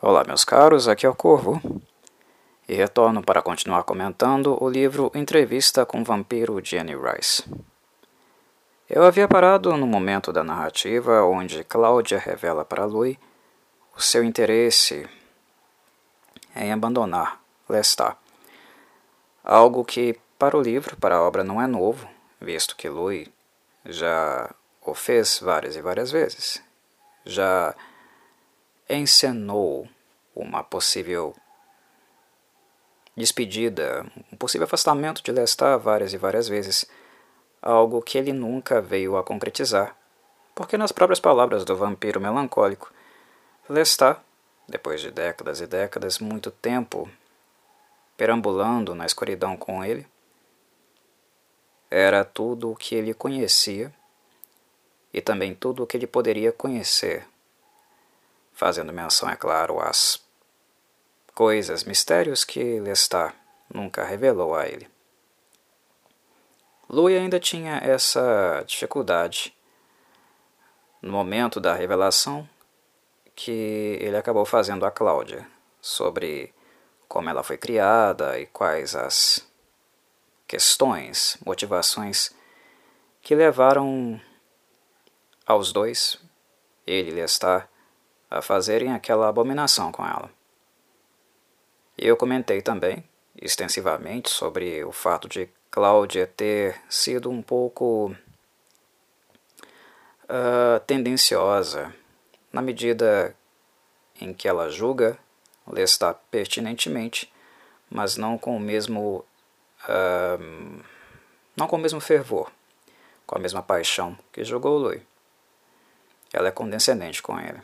Olá, meus caros, aqui é o Corvo e retorno para continuar comentando o livro Entrevista com o Vampiro de Anne Rice. Eu havia parado no momento da narrativa onde Cláudia revela para Louis o seu interesse em abandonar Lestat, algo que para o livro, para a obra, não é novo, visto que Louis já o fez várias e várias vezes, já encenou uma possível despedida, um possível afastamento de Lestat várias e várias vezes, algo que ele nunca veio a concretizar, porque nas próprias palavras do vampiro melancólico, Lestat, depois de décadas e décadas, muito tempo perambulando na escuridão com ele, era tudo o que ele conhecia e também tudo o que ele poderia conhecer, fazendo menção, é claro, às coisas, mistérios que Lestat nunca revelou a ele. Louis ainda tinha essa dificuldade no momento da revelação que ele acabou fazendo a Cláudia sobre como ela foi criada e quais as questões, motivações que levaram aos dois, ele e Lestat, a fazerem aquela abominação com ela. Eu comentei também, extensivamente, sobre o fato de Cláudia ter sido um pouco tendenciosa, na medida em que ela julga Lestat pertinentemente, mas não com o mesmo fervor, com a mesma paixão que julgou Louis. Ela é condescendente com ele.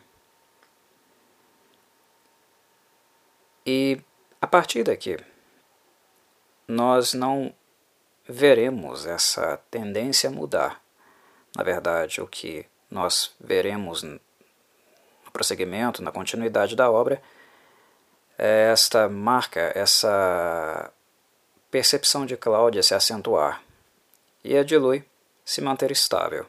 E a partir daqui, nós não veremos essa tendência mudar. Na verdade, o que nós veremos no prosseguimento, na continuidade da obra, é esta marca, essa percepção de Cláudia se acentuar e a de Louis se manter estável.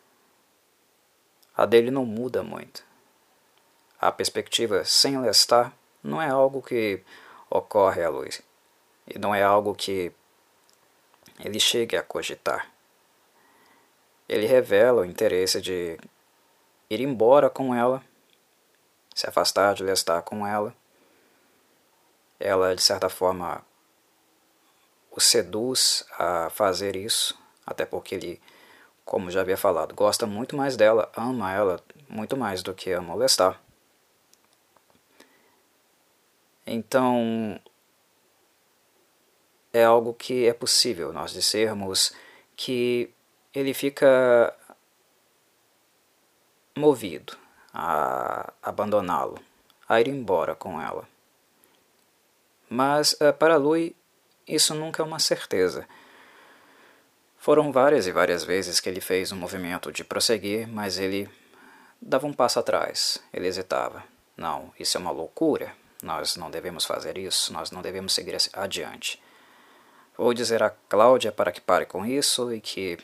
A dele não muda muito. A perspectiva sem Lestat não é algo que ocorre a Louis, e não é algo que ele chegue a cogitar. Ele revela o interesse de ir embora com ela, se afastar de Lestat com ela. Ela, de certa forma, o seduz a fazer isso, até porque ele, como já havia falado, gosta muito mais dela, ama ela muito mais do que ama o Lestat. Então, é algo que é possível nós dizermos que ele fica movido a abandoná-lo, a ir embora com ela. Mas, para Louis, isso nunca é uma certeza. Foram várias e várias vezes que ele fez um movimento de prosseguir, mas ele dava um passo atrás, ele hesitava. Não, isso é uma loucura, nós não devemos fazer isso, nós não devemos seguir adiante. Vou dizer a Cláudia para que pare com isso e que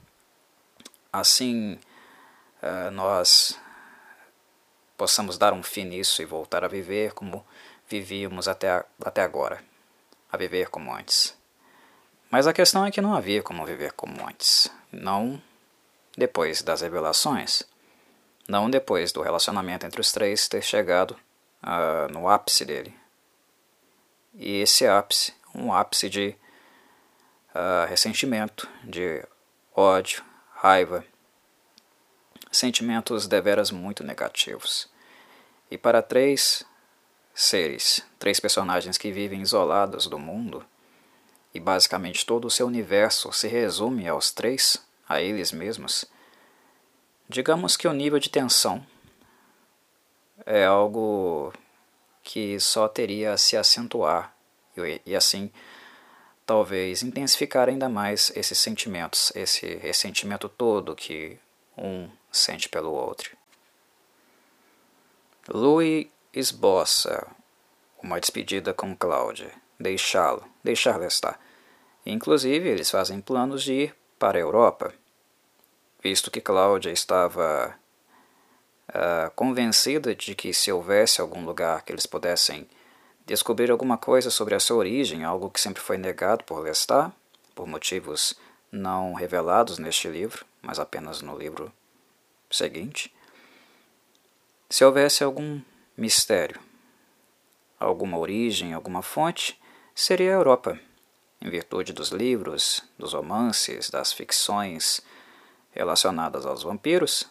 assim nós possamos dar um fim nisso e voltar a viver como vivíamos até agora, a viver como antes. Mas a questão é que não havia como viver como antes, não depois das revelações, não depois do relacionamento entre os três ter chegado no ápice dele. E esse ápice, um ápice de ressentimento, de ódio, raiva, sentimentos deveras muito negativos. E para três seres, três personagens que vivem isolados do mundo, e basicamente todo o seu universo se resume aos três, a eles mesmos, digamos que o nível de tensão é algo que só teria a se acentuar e assim talvez intensificar ainda mais esses sentimentos, esse ressentimento todo que um sente pelo outro. Louis esboça uma despedida com Cláudia, deixar Lestat. Inclusive, eles fazem planos de ir para a Europa, visto que Cláudia estava convencida de que se houvesse algum lugar que eles pudessem descobrir alguma coisa sobre a sua origem, algo que sempre foi negado por Lestat, por motivos não revelados neste livro, mas apenas no livro seguinte. Se houvesse algum mistério, alguma origem, alguma fonte, seria a Europa, em virtude dos livros, dos romances, das ficções relacionadas aos vampiros,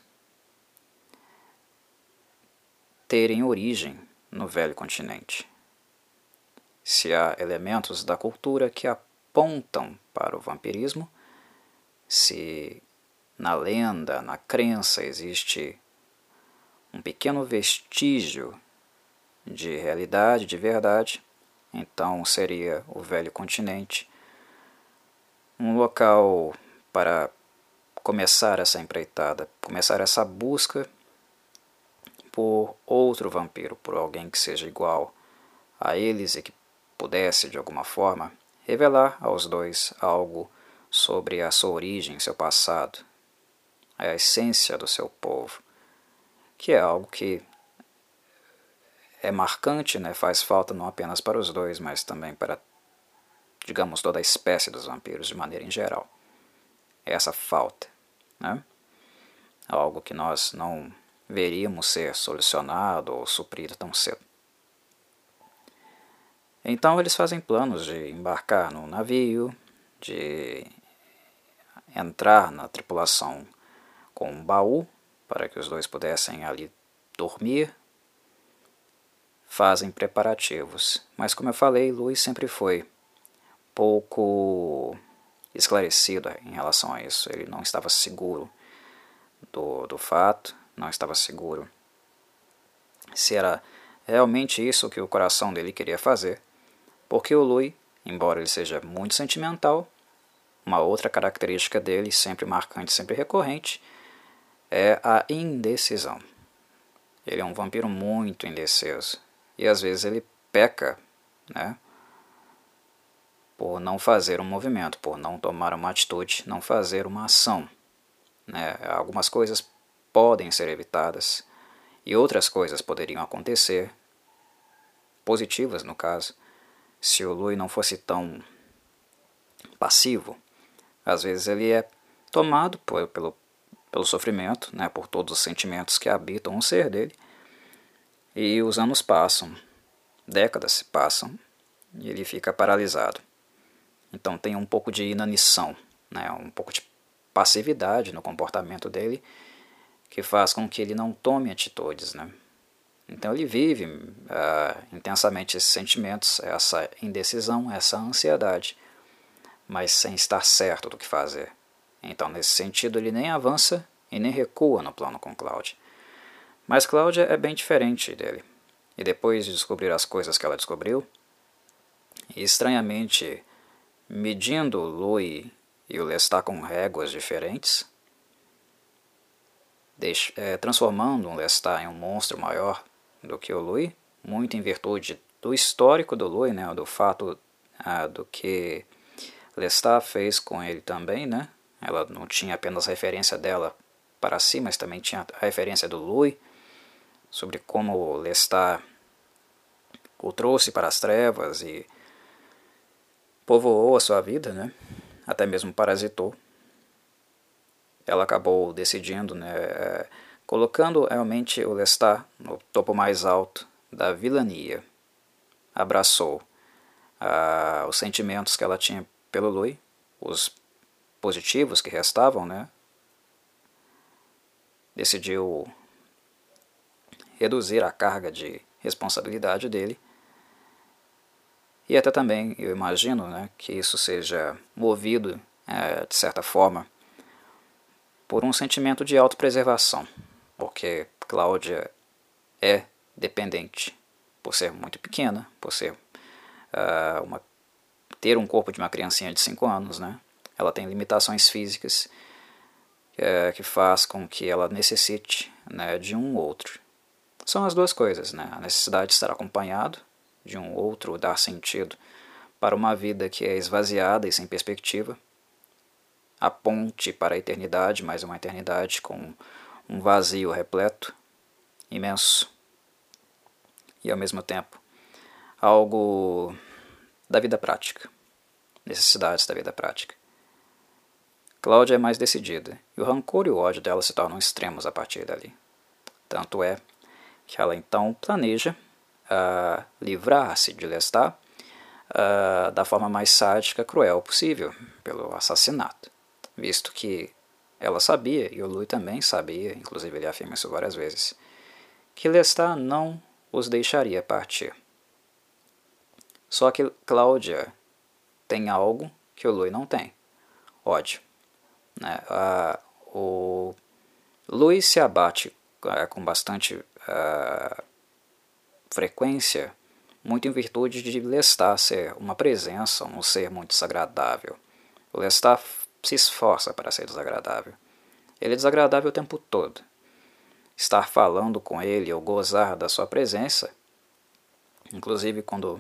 terem origem no velho continente. Se há elementos da cultura que apontam para o vampirismo, se na lenda, na crença, existe um pequeno vestígio de realidade, de verdade, então seria o velho continente um local para começar essa empreitada, começar essa busca por outro vampiro, por alguém que seja igual a eles e que pudesse, de alguma forma, revelar aos dois algo sobre a sua origem, seu passado, a essência do seu povo, que é algo que é marcante, né? Faz falta não apenas para os dois, mas também para, digamos, toda a espécie dos vampiros de maneira em geral. Essa falta, né? Algo que nós não veríamos ser solucionado ou suprido tão cedo. Então eles fazem planos de embarcar no navio, de entrar na tripulação com um baú para que os dois pudessem ali dormir. Fazem preparativos, mas como eu falei, Louis sempre foi pouco esclarecido em relação a isso. Ele não estava seguro do fato, não estava seguro se era realmente isso que o coração dele queria fazer, porque o Louis, embora ele seja muito sentimental, uma outra característica dele, sempre marcante, sempre recorrente, é a indecisão. Ele é um vampiro muito indeciso e às vezes ele peca, né, por não fazer um movimento, por não tomar uma atitude, não fazer uma ação, né. Algumas coisas podem ser evitadas e outras coisas poderiam acontecer, positivas no caso, se o Louis não fosse tão passivo. Às vezes ele é tomado pelo sofrimento, né, por todos os sentimentos que habitam o ser dele, e os anos passam, décadas se passam, e ele fica paralisado. Então tem um pouco de inanição, né, um pouco de passividade no comportamento dele, que faz com que ele não tome atitudes, né? Então ele vive intensamente esses sentimentos, essa indecisão, essa ansiedade, mas sem estar certo do que fazer. Então nesse sentido ele nem avança e nem recua no plano com Cláudia. Mas Cláudia é bem diferente dele. E depois de descobrir as coisas que ela descobriu, e estranhamente medindo o Louis e o Lestat com réguas diferentes, transformando o Lestat em um monstro maior do que o Louis, muito em virtude do histórico do Louis, né, do fato do que Lestat fez com ele também, né? Ela não tinha apenas referência dela para si, mas também tinha a referência do Louis, sobre como Lestat o trouxe para as trevas e povoou a sua vida, né? Até mesmo parasitou. Ela acabou decidindo, né, colocando realmente o Lestat no topo mais alto da vilania. Abraçou os sentimentos que ela tinha pelo Louis, os positivos que restavam, né? Decidiu reduzir a carga de responsabilidade dele. E até também, eu imagino, né, que isso seja movido, de certa forma, por um sentimento de autopreservação, porque Cláudia é dependente, por ser muito pequena, por ser ter um corpo de uma criancinha de 5 anos, né? Ela tem limitações físicas que faz com que ela necessite, né, de um outro. São as duas coisas, né? A necessidade de estar acompanhado de um outro, dar sentido para uma vida que é esvaziada e sem perspectiva, a ponte para a eternidade, mais uma eternidade com um vazio repleto, imenso e, ao mesmo tempo, algo da vida prática, necessidades da vida prática. Cláudia é mais decidida, e o rancor e o ódio dela se tornam extremos a partir dali. Tanto é que ela então planeja livrar-se de Lestat da forma mais sádica e cruel possível, pelo assassinato, visto que ela sabia, e o Louis também sabia, inclusive ele afirma isso várias vezes, que Lestat não os deixaria partir. Só que Cláudia tem algo que o Louis não tem: ódio. Né? O Louis se abate com bastante frequência, muito em virtude de Lestat ser uma presença, um ser muito desagradável. O Lestat se esforça para ser desagradável. Ele é desagradável o tempo todo. Estar falando com ele ou gozar da sua presença, inclusive quando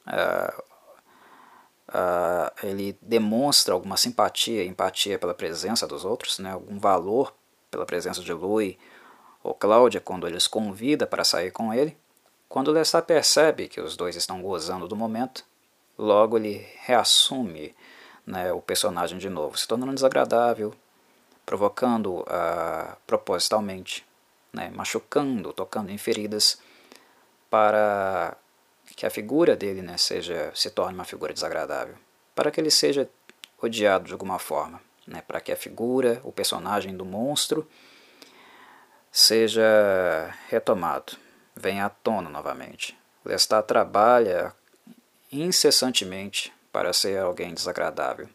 ele demonstra alguma simpatia, empatia pela presença dos outros, né, algum valor pela presença de Louis ou Cláudia, quando ele os convida para sair com ele. Quando Lestat percebe que os dois estão gozando do momento, logo ele reassume, né, o personagem de novo, se tornando desagradável, provocando propositalmente, né, machucando, tocando em feridas, para que a figura dele, né, se torne uma figura desagradável, para que ele seja odiado de alguma forma, né, para que a figura, o personagem do monstro, seja retomado, venha à tona novamente. Lestat trabalha incessantemente para ser alguém desagradável.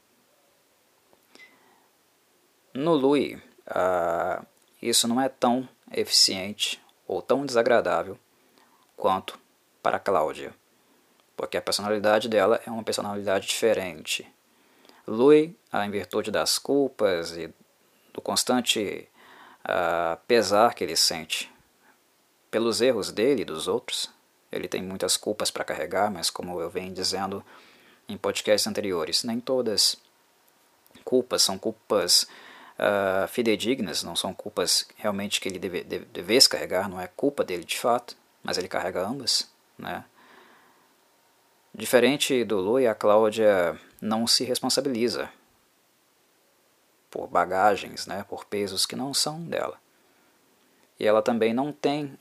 No Louis, isso não é tão eficiente ou tão desagradável quanto para Cláudia, porque a personalidade dela é uma personalidade diferente. Louis, em virtude das culpas e do constante pesar que ele sente pelos erros dele e dos outros, ele tem muitas culpas para carregar, mas como eu venho dizendo em podcasts anteriores, nem todas culpas são culpas fidedignas, não são culpas realmente que ele devesse carregar, não é culpa dele de fato, mas ele carrega ambas, né? Diferente do Louis, a Cláudia não se responsabiliza por bagagens, né, por pesos que não são dela. E ela também não tem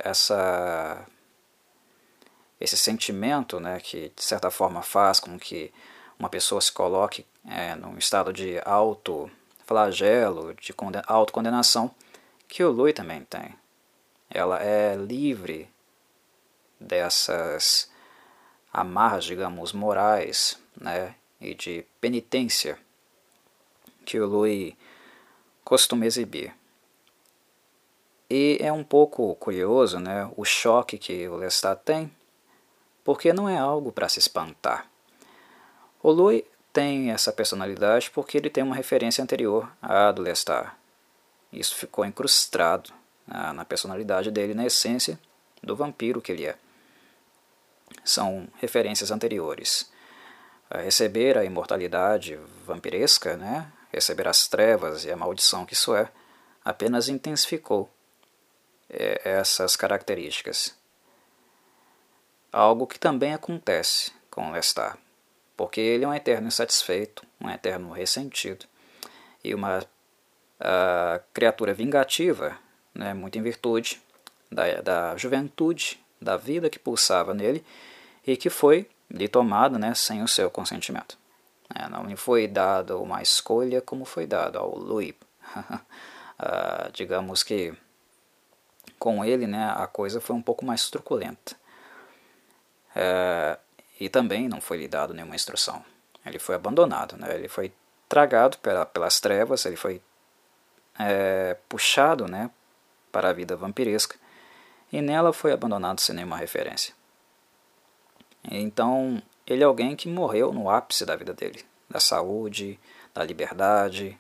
esse sentimento, né, que de certa forma faz com que uma pessoa se coloque num estado de autoflagelo, de autocondenação, que o Louis também tem. Ela é livre dessas amarras, digamos, morais, né, e de penitência que o Louis costuma exibir. E é um pouco curioso, né, o choque que o Lestat tem, porque não é algo para se espantar. O Louis tem essa personalidade porque ele tem uma referência anterior à do Lestat. Isso ficou incrustado na personalidade dele, na essência do vampiro que ele é. São referências anteriores. Receber a imortalidade vampiresca, né, receber as trevas e a maldição que isso é, apenas intensificou essas características. Algo que também acontece com Lestat, porque ele é um eterno insatisfeito, um eterno ressentido e uma criatura vingativa, né, muito em virtude da juventude, da vida que pulsava nele e que foi lhe tomada, né, sem o seu consentimento. Não lhe foi dada uma escolha como foi dado ao Louis. Digamos que com ele, né, a coisa foi um pouco mais truculenta. E também não foi lhe dado nenhuma instrução. Ele foi abandonado, né, ele foi tragado pelas trevas, ele foi puxado, né, para a vida vampiresca e nela foi abandonado sem nenhuma referência. Então, ele é alguém que morreu no ápice da vida dele, da saúde, da liberdade.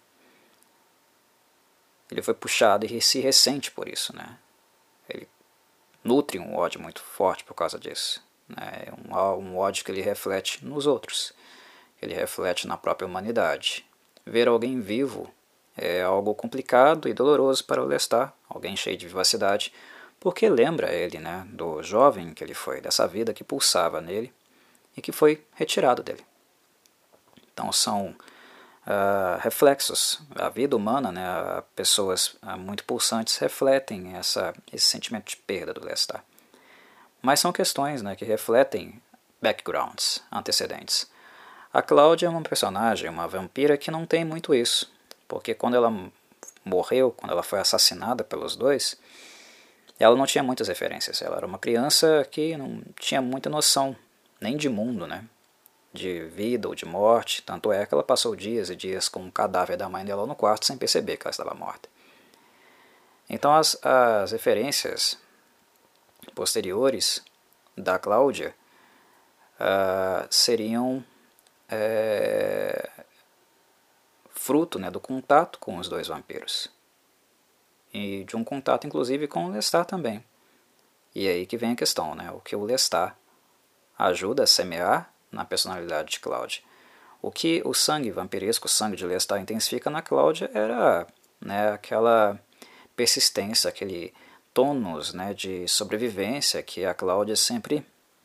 Ele foi puxado e se ressente por isso, né? Ele nutre um ódio muito forte por causa disso, né? Um ódio que ele reflete nos outros, ele reflete na própria humanidade. Ver alguém vivo é algo complicado e doloroso para o Lestat, alguém cheio de vivacidade, porque lembra ele, né, do jovem que ele foi, dessa vida que pulsava nele e que foi retirado dele. Então são reflexos. A vida humana, né, pessoas muito pulsantes refletem esse sentimento de perda do Lestat. Mas são questões, né, que refletem backgrounds, antecedentes. A Cláudia é uma personagem, uma vampira que não tem muito isso, porque quando ela morreu, quando ela foi assassinada pelos dois, ela não tinha muitas referências. Ela era uma criança que não tinha muita noção, nem de mundo, né, de vida ou de morte. Tanto é que ela passou dias e dias com o cadáver da mãe dela no quarto sem perceber que ela estava morta. Então as referências posteriores da Cláudia seriam fruto, né, do contato com os dois vampiros. E de um contato, inclusive, com o Lestat também. E é aí que vem a questão, né, o que o Lestat ajuda a semear na personalidade de Cláudia. O que o sangue vampiresco, o sangue de Lestat intensifica na Cláudia era, né, aquela persistência, aquele tônus, né, de sobrevivência que a Cláudia sempre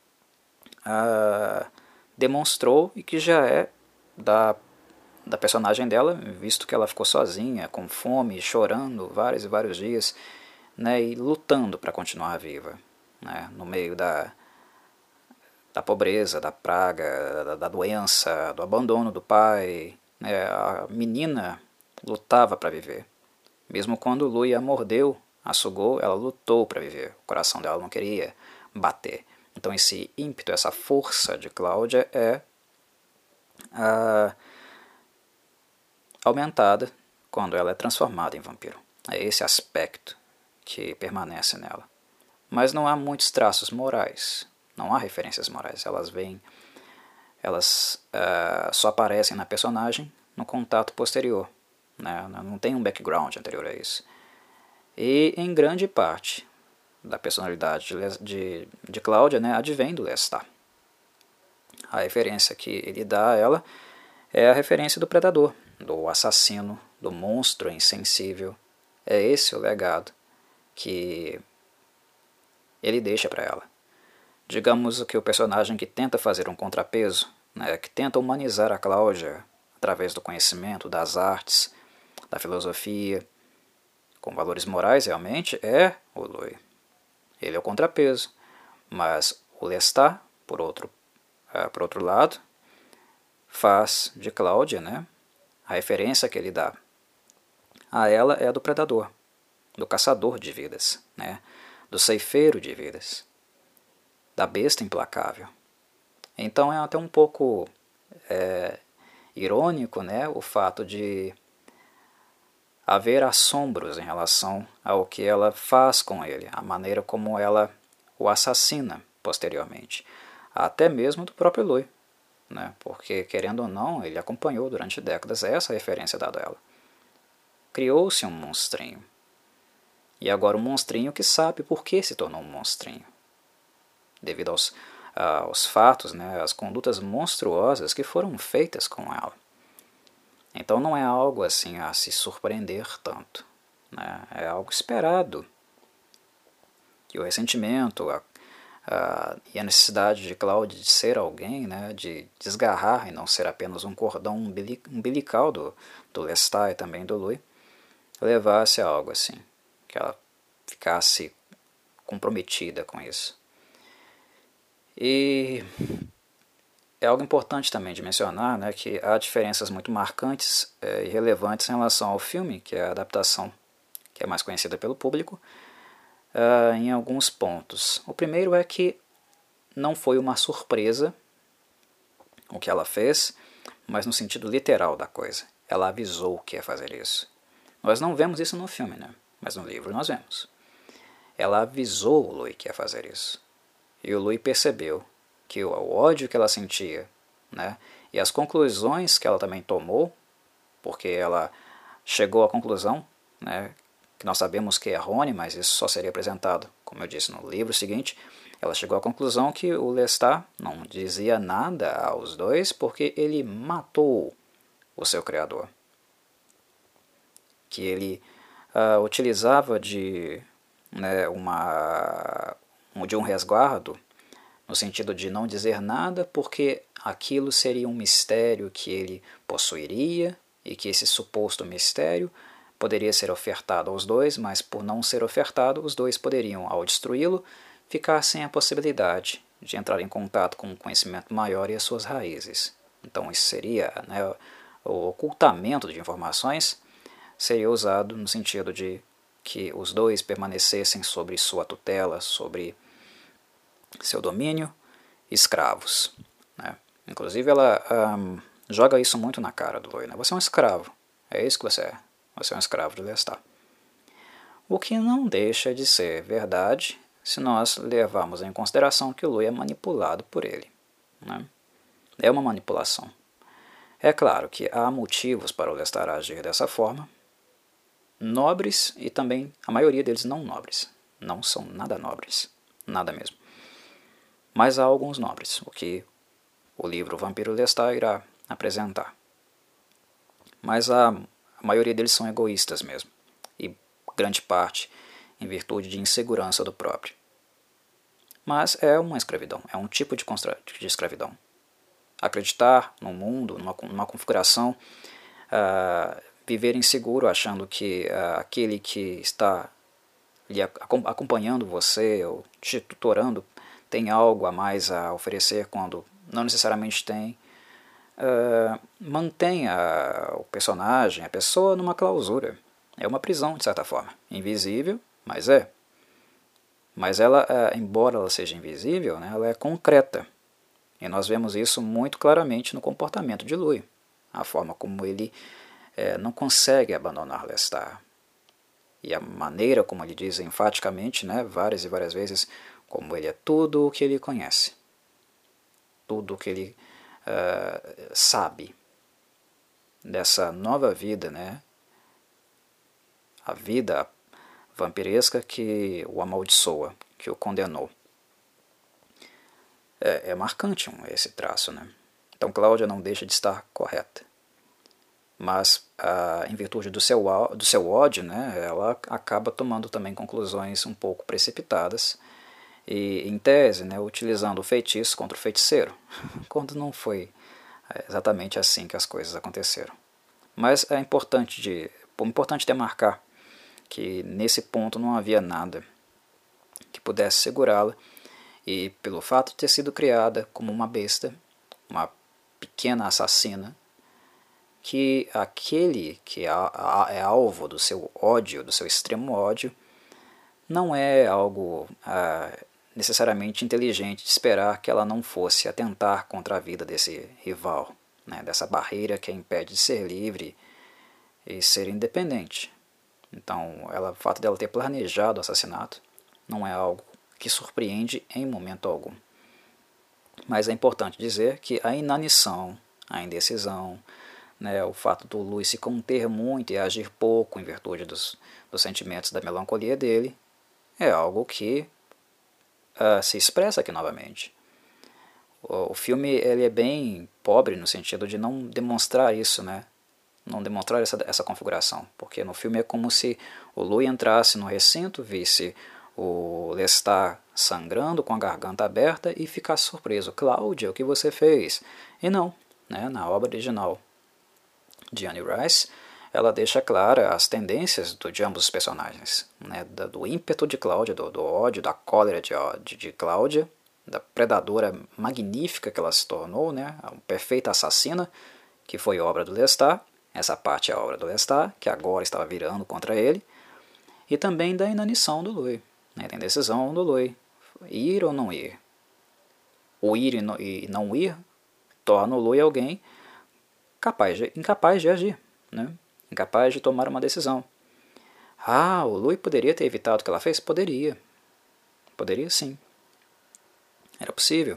demonstrou e que já é da personagem dela, visto que ela ficou sozinha, com fome, chorando vários e vários dias, né, e lutando para continuar viva, né, no meio da pobreza, da praga, da doença, do abandono do pai. Né, a menina lutava para viver. Mesmo quando Lui a mordeu, a sugou, ela lutou para viver. O coração dela não queria bater. Então esse ímpeto, essa força de Cláudia é aumentada quando ela é transformada em vampiro. É esse aspecto que permanece nela. Mas não há muitos traços morais, não há referências morais. Elas só aparecem na personagem no contato posterior, né? Não tem um background anterior a isso. E em grande parte da personalidade de Cláudia, né, advém do Lestat. A referência que ele dá a ela é a referência do predador, do assassino, do monstro insensível. É esse o legado que ele deixa para ela. Digamos que o personagem que tenta fazer um contrapeso, né, que tenta humanizar a Cláudia através do conhecimento, das artes, da filosofia, com valores morais realmente, é o Lui. Ele é o contrapeso. Mas o Lestat, por outro lado, faz de Cláudia, né, a referência que ele dá a ela é a do predador, do caçador de vidas, né, do ceifeiro de vidas, da besta implacável. Então é até um pouco irônico, né, o fato de haver assombros em relação ao que ela faz com ele, a maneira como ela o assassina posteriormente, até mesmo do próprio Lui, né, porque, querendo ou não, ele acompanhou durante décadas essa referência dada a ela. Criou-se um monstrinho, e agora um monstrinho que sabe por que se tornou um monstrinho, devido aos fatos, né, às condutas monstruosas que foram feitas com ela. Então não é algo assim a se surpreender tanto, né? É algo esperado. E o ressentimento e a necessidade de Cláudia de ser alguém, né, de desgarrar e não ser apenas um cordão umbilical do Lestat e também do Lui, levasse a algo assim, que ela ficasse comprometida com isso. E é algo importante também de mencionar, né, que há diferenças muito marcantes e relevantes em relação ao filme, que é a adaptação que é mais conhecida pelo público, em alguns pontos. O primeiro é que não foi uma surpresa o que ela fez, mas no sentido literal da coisa. Ela avisou que ia fazer isso. Nós não vemos isso no filme, né, mas no livro nós vemos. Ela avisou o Lui que ia fazer isso. E o Lui percebeu que o ódio que ela sentia, né, e as conclusões que ela também tomou, porque ela chegou à conclusão, né, que nós sabemos que é errônea, mas isso só seria apresentado, como eu disse no livro seguinte, ela chegou à conclusão que o Lestat não dizia nada aos dois porque ele matou o seu criador. Que ele utilizava de né, de um resguardo, no sentido de não dizer nada, porque aquilo seria um mistério que ele possuiria e que esse suposto mistério poderia ser ofertado aos dois, mas por não ser ofertado, os dois poderiam, ao destruí-lo, ficar sem a possibilidade de entrar em contato com um conhecimento maior e as suas raízes. Então isso seria, né, o ocultamento de informações seria usado no sentido de que os dois permanecessem sobre sua tutela, sobre seu domínio, escravos. Né? Inclusive ela joga isso muito na cara do Lui. Né? Você é um escravo, é isso que você é. Você é um escravo de Lestat. O que não deixa de ser verdade se nós levarmos em consideração que o Lui é manipulado por ele. Né? É uma manipulação. É claro que há motivos para o Lestat agir dessa forma, nobres e também a maioria deles não nobres. Não são nada nobres, nada mesmo. Mas há alguns nobres, o que o livro Vampiro Lestat irá apresentar. Mas a maioria deles são egoístas mesmo, e grande parte em virtude de insegurança do próprio. Mas é uma escravidão, é um tipo de escravidão. Acreditar no mundo, numa configuração, viver inseguro achando que aquele que está lhe acompanhando você ou te tutorando tem algo a mais a oferecer quando não necessariamente tem, mantém o personagem, a pessoa numa clausura. É uma prisão, de certa forma. Invisível, mas é. Mas ela, embora ela seja invisível, né, ela é concreta. E nós vemos isso muito claramente no comportamento de Lui. A forma como ele não consegue abandonar Lestat. E a maneira como ele diz enfaticamente, né, várias e várias vezes, como ele é tudo o que ele conhece. Tudo o que ele sabe dessa nova vida, né? A vida vampiresca que o amaldiçoa, que o condenou. É marcante esse traço, né? Então Cláudia não deixa de estar correta. Mas, em virtude do seu ódio, né, ela acaba tomando também conclusões um pouco precipitadas e, em tese, né, utilizando o feitiço contra o feiticeiro, quando não foi exatamente assim que as coisas aconteceram. Mas é importante demarcar que nesse ponto não havia nada que pudesse segurá-la, e pelo fato de ter sido criada como uma besta, uma pequena assassina, que aquele que é alvo do seu ódio, do seu extremo ódio, não é algo necessariamente inteligente de esperar que ela não fosse atentar contra a vida desse rival, né, dessa barreira que a impede de ser livre e ser independente. Então, o fato dela ter planejado o assassinato não é algo que surpreende em momento algum. Mas é importante dizer que a inanição, a indecisão, né, o fato do Lui se conter muito e agir pouco em virtude dos sentimentos da melancolia dele, é algo que se expressa aqui novamente. O filme ele é bem pobre no sentido de não demonstrar isso, né? Não demonstrar essa configuração, porque no filme é como se o Lui entrasse no recinto, visse o Lestat sangrando com a garganta aberta e ficasse surpreso. Cláudia, o que você fez? E não, né? Na obra original de Anne Rice, ela deixa clara as tendências de ambos os personagens, né? Do ímpeto de Cláudia, do ódio, da cólera de Cláudia, da predadora magnífica que ela se tornou, né? A perfeita assassina, que foi obra do Lestat. Essa parte é a obra do Lestat, que agora estava virando contra ele, e também da inanição do Lui, né? Da indecisão do Lui, ir ou não ir. O ir e não ir torna o Lui alguém incapaz de agir, né? Incapaz de tomar uma decisão. O Lui poderia ter evitado o que ela fez? Poderia. Poderia sim. Era possível.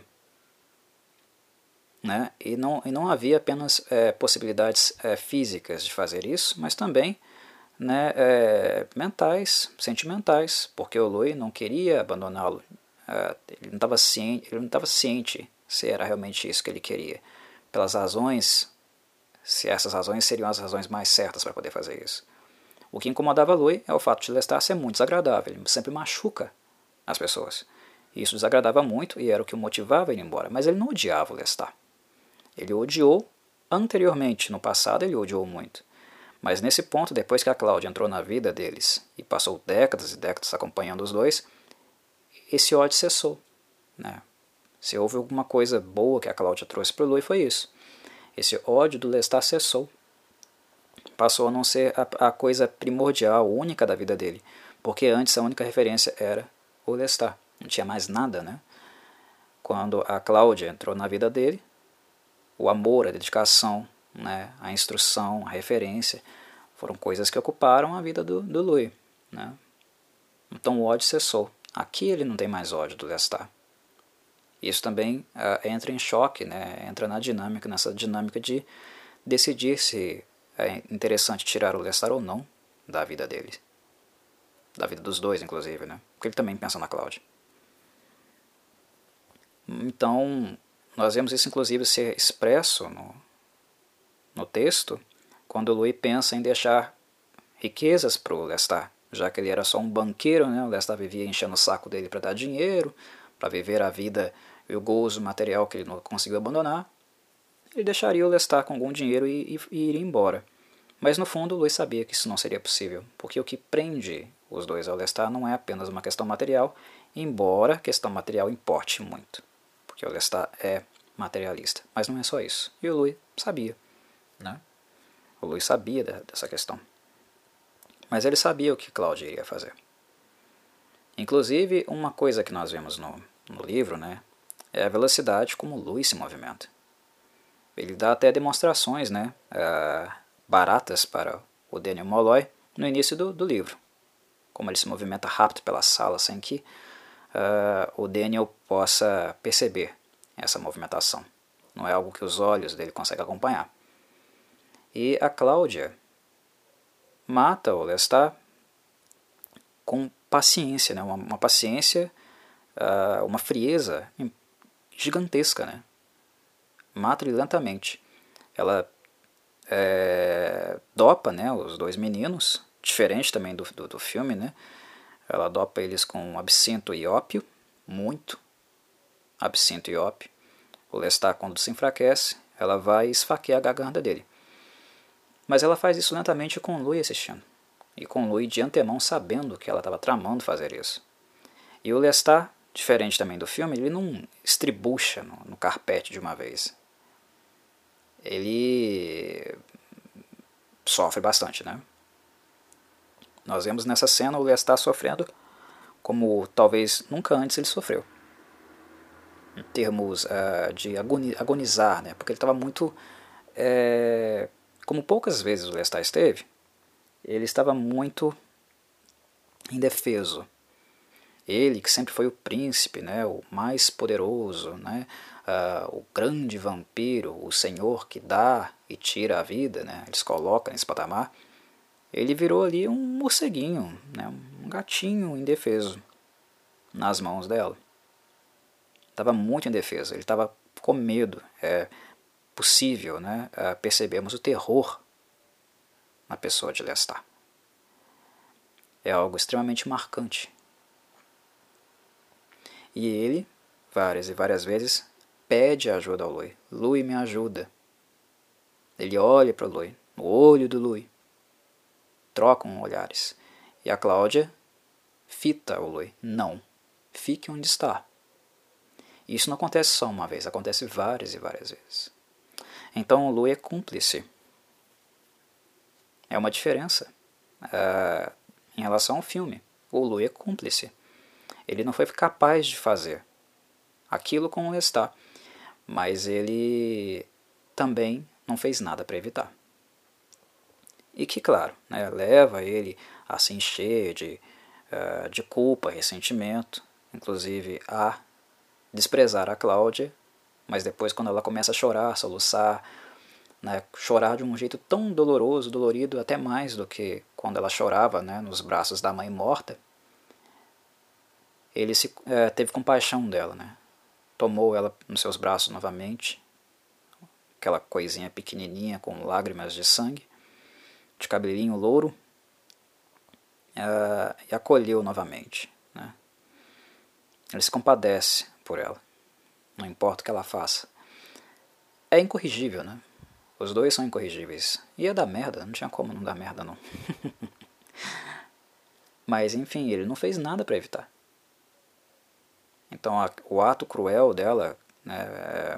Né? E não havia apenas possibilidades físicas de fazer isso, mas também, né, mentais, sentimentais, porque o Lui não queria abandoná-lo. Ele não estava ciente se era realmente isso que ele queria. Pelas razões, se essas razões seriam as razões mais certas para poder fazer isso. O que incomodava Louis é o fato de Lestat ser muito desagradável, ele sempre machuca as pessoas. Isso desagradava muito e era o que o motivava a ir embora, mas ele não odiava o Lestat. Ele o odiou anteriormente, no passado ele o odiou muito. Mas nesse ponto, depois que a Cláudia entrou na vida deles e passou décadas e décadas acompanhando os dois, esse ódio cessou, né? Se houve alguma coisa boa que a Cláudia trouxe para o Louis, foi isso. Esse ódio do Lestat cessou. Passou a não ser a coisa primordial, única da vida dele. Porque antes a única referência era o Lestat. Não tinha mais nada, né? Quando a Cláudia entrou na vida dele, o amor, a dedicação, né, a instrução, a referência, foram coisas que ocuparam a vida do Louis, né? Então o ódio cessou. Aqui ele não tem mais ódio do Lestat. Isso também entra em choque, né? Entra nessa dinâmica de decidir se é interessante tirar o Lestat ou não da vida dele. Da vida dos dois, inclusive, né? Porque ele também pensa na Cláudia. Então, nós vemos isso, inclusive, ser expresso no texto, quando o Louis pensa em deixar riquezas para o Lestat, já que ele era só um banqueiro, né? O Lestat vivia enchendo o saco dele para dar dinheiro, para viver a vida e o gozo material que ele não conseguiu abandonar. Ele deixaria o Lestat com algum dinheiro e iria embora. Mas no fundo o Louis sabia que isso não seria possível, porque o que prende os dois ao Lestat não é apenas uma questão material, embora a questão material importe muito, porque o Lestat é materialista, mas não é só isso. E o Louis sabia, né? O Louis sabia dessa questão. Mas ele sabia o que Cláudia iria fazer. Inclusive, uma coisa que nós vemos no livro, né, é a velocidade como o Louis se movimenta. Ele dá até demonstrações, né, baratas para o Daniel Molloy no início do livro. Como ele se movimenta rápido pela sala sem que o Daniel possa perceber essa movimentação. Não é algo que os olhos dele conseguem acompanhar. E a Cláudia mata o Lestat com paciência, né? Uma paciência, uma frieza gigantesca, né? Mata ele lentamente. Ela dopa, né, os dois meninos, diferente também do filme, né? Ela dopa eles com absinto e ópio, muito absinto e ópio. O Lestat, quando se enfraquece, ela vai esfaquear a garganta dele. Mas ela faz isso lentamente com o Louis assistindo. E com o Louis de antemão sabendo que ela estava tramando fazer isso. E o Lestat, diferente também do filme, ele não estribucha no carpete de uma vez. Ele sofre bastante, né? Nós vemos nessa cena o Lestat sofrendo como talvez nunca antes ele sofreu. Em termos de agonizar, né? Porque ele estava muito... como poucas vezes o Lestat esteve, ele estava muito indefeso. Ele, que sempre foi o príncipe, né, o mais poderoso, né, o grande vampiro, o senhor que dá e tira a vida, né, eles colocam nesse patamar, ele virou ali um morceguinho, né, um gatinho indefeso nas mãos dela. Estava muito indefeso, ele estava com medo. É possível, né, percebermos o terror na pessoa de Lestat. É algo extremamente marcante. E ele, várias e várias vezes, pede ajuda ao Louis. Louis, me ajuda. Ele olha para o Louis, no olho do Louis. Trocam olhares. E a Cláudia fita o Louis. Não, fique onde está. E isso não acontece só uma vez, acontece várias e várias vezes. Então o Louis é cúmplice. É uma diferença em relação ao filme. O Louis é cúmplice. Ele não foi capaz de fazer aquilo com o Lestat, mas ele também não fez nada para evitar. E que, claro, né, leva ele a se encher de culpa, ressentimento, inclusive a desprezar a Cláudia, mas depois quando ela começa a chorar, soluçar, né, chorar de um jeito tão doloroso, dolorido, até mais do que quando ela chorava, né, nos braços da mãe morta, ele teve compaixão dela, né? Tomou ela nos seus braços novamente, aquela coisinha pequenininha com lágrimas de sangue, de cabelinho louro, e acolheu novamente, né? Ele se compadece por ela, não importa o que ela faça. É incorrigível, né? Os dois são incorrigíveis. Ia dar merda, não tinha como não dar merda não. Mas enfim, ele não fez nada para evitar. Então o ato cruel dela, né,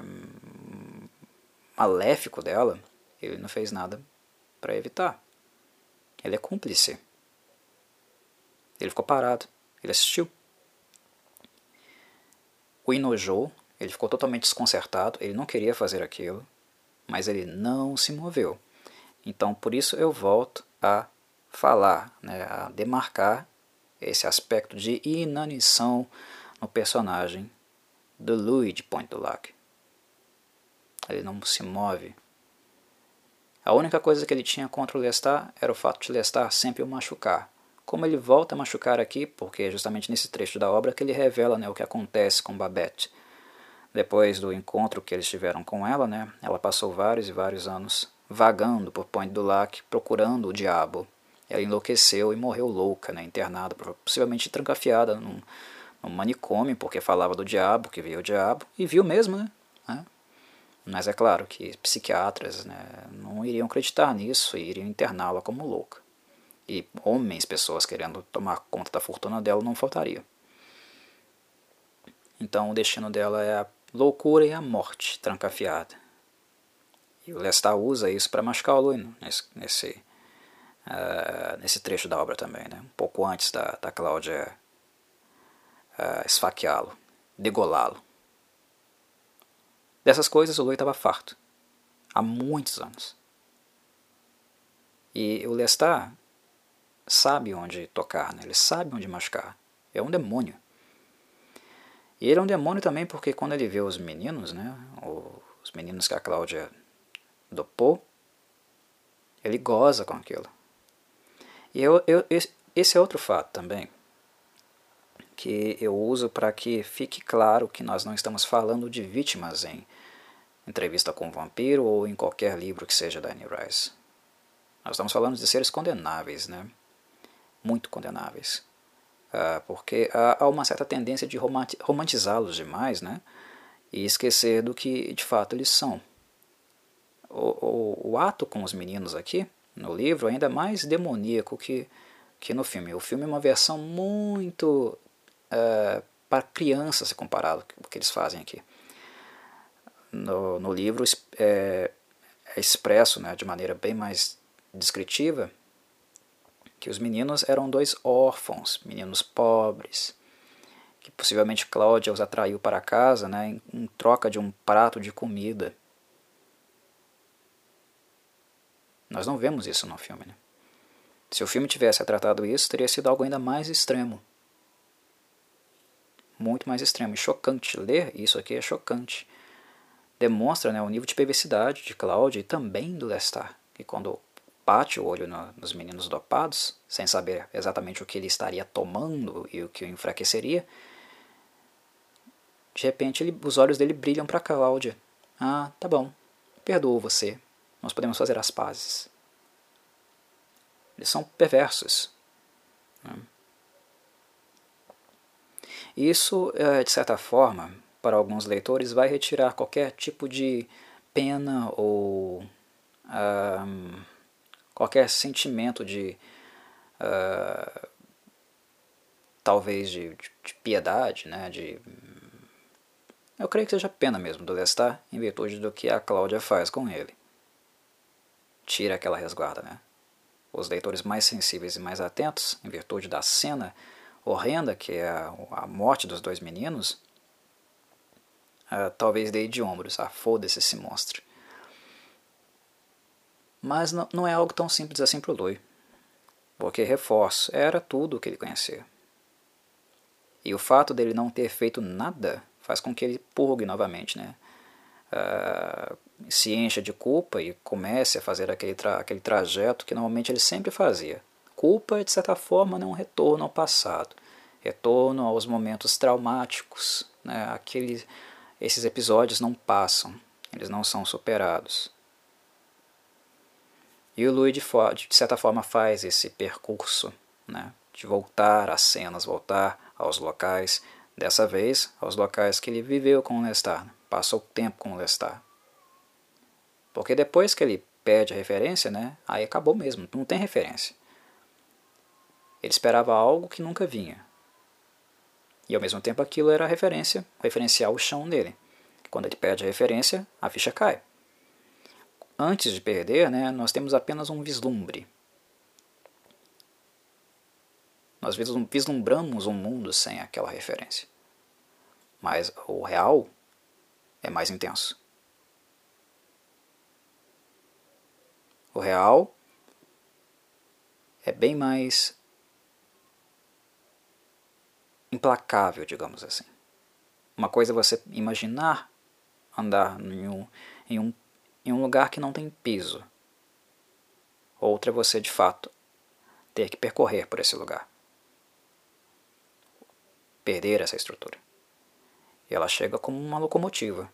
maléfico dela, ele não fez nada para evitar. Ele é cúmplice. Ele ficou parado, ele assistiu. O enojou, ele ficou totalmente desconcertado, ele não queria fazer aquilo, mas ele não se moveu. Então por isso eu volto a falar, né, a demarcar esse aspecto de inanição no personagem do Louis de Point du Lac. Ele não se move. A única coisa que ele tinha contra o Lestat era o fato de Lestat sempre o machucar. Como ele volta a machucar aqui, porque é justamente nesse trecho da obra que ele revela, né, o que acontece com Babette. Depois do encontro que eles tiveram com ela, né, ela passou vários e vários anos vagando por Point du Lac, procurando o diabo. Ela enlouqueceu e morreu louca, né, internada, possivelmente trancafiada num manicômio, porque falava do diabo, que via o diabo, e viu mesmo, né? Mas é claro que psiquiatras, né, não iriam acreditar nisso e iriam interná-la como louca. E homens, pessoas querendo tomar conta da fortuna dela, não faltaria. Então o destino dela é a loucura e a morte trancafiada. E o Lestat usa isso para machucar o Louis nesse trecho da obra também, né? Um pouco antes da Cláudia esfaqueá-lo, degolá-lo. Dessas coisas o Louis estava farto, há muitos anos. E o Lestat sabe onde tocar, né? Ele sabe onde machucar. É um demônio. E ele é um demônio também porque quando ele vê os meninos, né, os meninos que a Cláudia dopou, ele goza com aquilo. E esse é outro fato também, que eu uso para que fique claro que nós não estamos falando de vítimas em Entrevista com um Vampiro ou em qualquer livro que seja da Anne Rice. Nós estamos falando de seres condenáveis, né? Muito condenáveis. Porque há uma certa tendência de romantizá-los demais, né? E esquecer do que de fato eles são. O ato com os meninos aqui, no livro, ainda é mais demoníaco que no filme. O filme é uma versão muito para crianças comparado com o que eles fazem aqui. No livro é expresso, né, de maneira bem mais descritiva que os meninos eram dois órfãos, meninos pobres, que possivelmente Cláudia os atraiu para casa, né, em troca de um prato de comida. Nós não vemos isso no filme, né? Se o filme tivesse retratado isso, teria sido algo ainda mais extremo. Muito mais extremo e chocante. Ler isso aqui é chocante. Demonstra, né, o nível de perversidade de Cláudia e também do Lestat, que quando bate o olho nos meninos dopados, sem saber exatamente o que ele estaria tomando e o que o enfraqueceria, de repente os olhos dele brilham para Cláudia. Ah, tá bom, perdoo você, nós podemos fazer as pazes. Eles são perversos. Isso, de certa forma, para alguns leitores, vai retirar qualquer tipo de pena ou qualquer sentimento de talvez de piedade, né? Eu creio que seja pena mesmo do Lestat, em virtude do que a Cláudia faz com ele. Tira aquela resguarda, né? Os leitores mais sensíveis e mais atentos, em virtude da cena horrenda que é a morte dos dois meninos, talvez dê de ombros, foda-se esse monstro. Mas não é algo tão simples assim para o Louis, porque, reforço, era tudo o que ele conhecia. E o fato dele não ter feito nada faz com que ele purgue novamente, né? Se encha de culpa e comece a fazer aquele trajeto que normalmente ele sempre fazia. Culpa é, de certa forma, um retorno ao passado, retorno aos momentos traumáticos, né? Esses episódios não passam, eles não são superados. E o Louis, de certa forma, faz esse percurso, né, de voltar às cenas, voltar aos locais, dessa vez aos locais que ele viveu com o Lestat, passou tempo com o Lestat. Porque depois que ele perde a referência, né, aí acabou mesmo, não tem referência. Ele esperava algo que nunca vinha. E ao mesmo tempo aquilo era referenciar o chão dele. Quando ele perde a referência, a ficha cai. Antes de perder, né, nós temos apenas um vislumbre. Nós vislumbramos um mundo sem aquela referência. Mas o real é mais intenso. O real é bem mais implacável, digamos assim. Uma coisa é você imaginar andar em um lugar que não tem piso. Outra é você, de fato, ter que percorrer por esse lugar. Perder essa estrutura. E ela chega como uma locomotiva.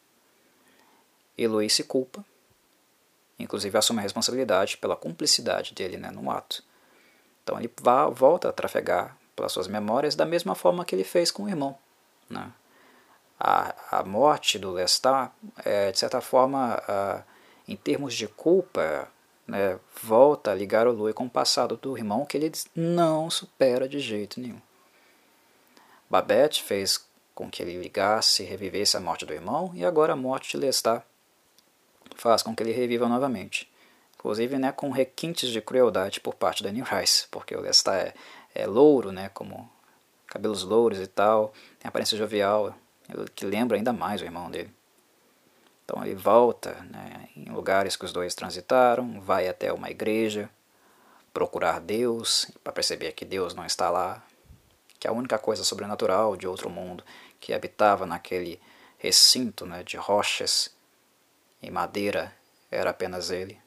E Louis se culpa, inclusive assume a responsabilidade pela cumplicidade dele, né, no ato. Então ele volta a trafegar pelas suas memórias da mesma forma que ele fez com o irmão. Né? A morte do Lestat, de certa forma, em termos de culpa, né, volta a ligar o Louis com o passado do irmão que ele não supera de jeito nenhum. Babette fez com que ele ligasse e revivesse a morte do irmão, e agora a morte de Lestat faz com que ele reviva novamente. Inclusive, né, com requintes de crueldade por parte da Anne Rice, porque o Lestat é louro, né, como cabelos louros e tal, tem aparência jovial, que lembra ainda mais o irmão dele. Então ele volta, né, em lugares que os dois transitaram, vai até uma igreja, procurar Deus, para perceber que Deus não está lá, que a única coisa sobrenatural de outro mundo que habitava naquele recinto, né, de rochas e madeira era apenas ele.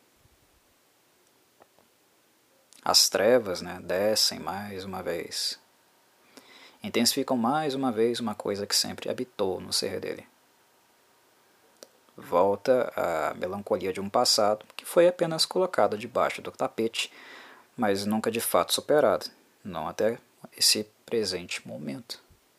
As trevas, né, descem mais uma vez. Intensificam mais uma vez uma coisa que sempre habitou no ser dele. Volta a melancolia de um passado que foi apenas colocado debaixo do tapete, mas nunca de fato superado, não até esse presente momento.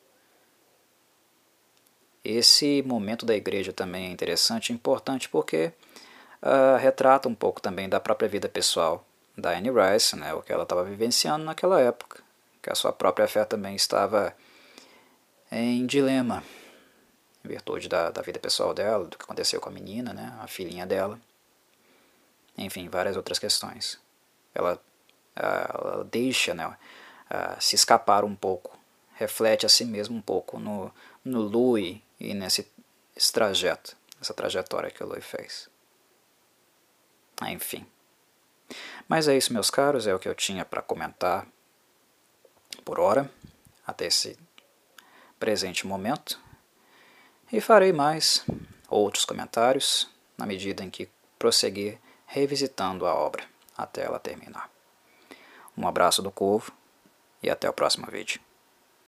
Esse momento da igreja também é interessante e importante porque retrata um pouco também da própria vida pessoal da Anne Rice, né, o que ela estava vivenciando naquela época, que a sua própria fé também estava em dilema, em virtude da vida pessoal dela, do que aconteceu com a menina, né, a filhinha dela, enfim, várias outras questões. Ela deixa, né, se escapar um pouco, reflete a si mesmo um pouco no Louis e nesse trajeto, essa trajetória que o Louis fez. Enfim. Mas é isso, meus caros, é o que eu tinha para comentar por hora, até esse presente momento. E farei mais outros comentários na medida em que prosseguir revisitando a obra até ela terminar. Um abraço do Corvo e até o próximo vídeo.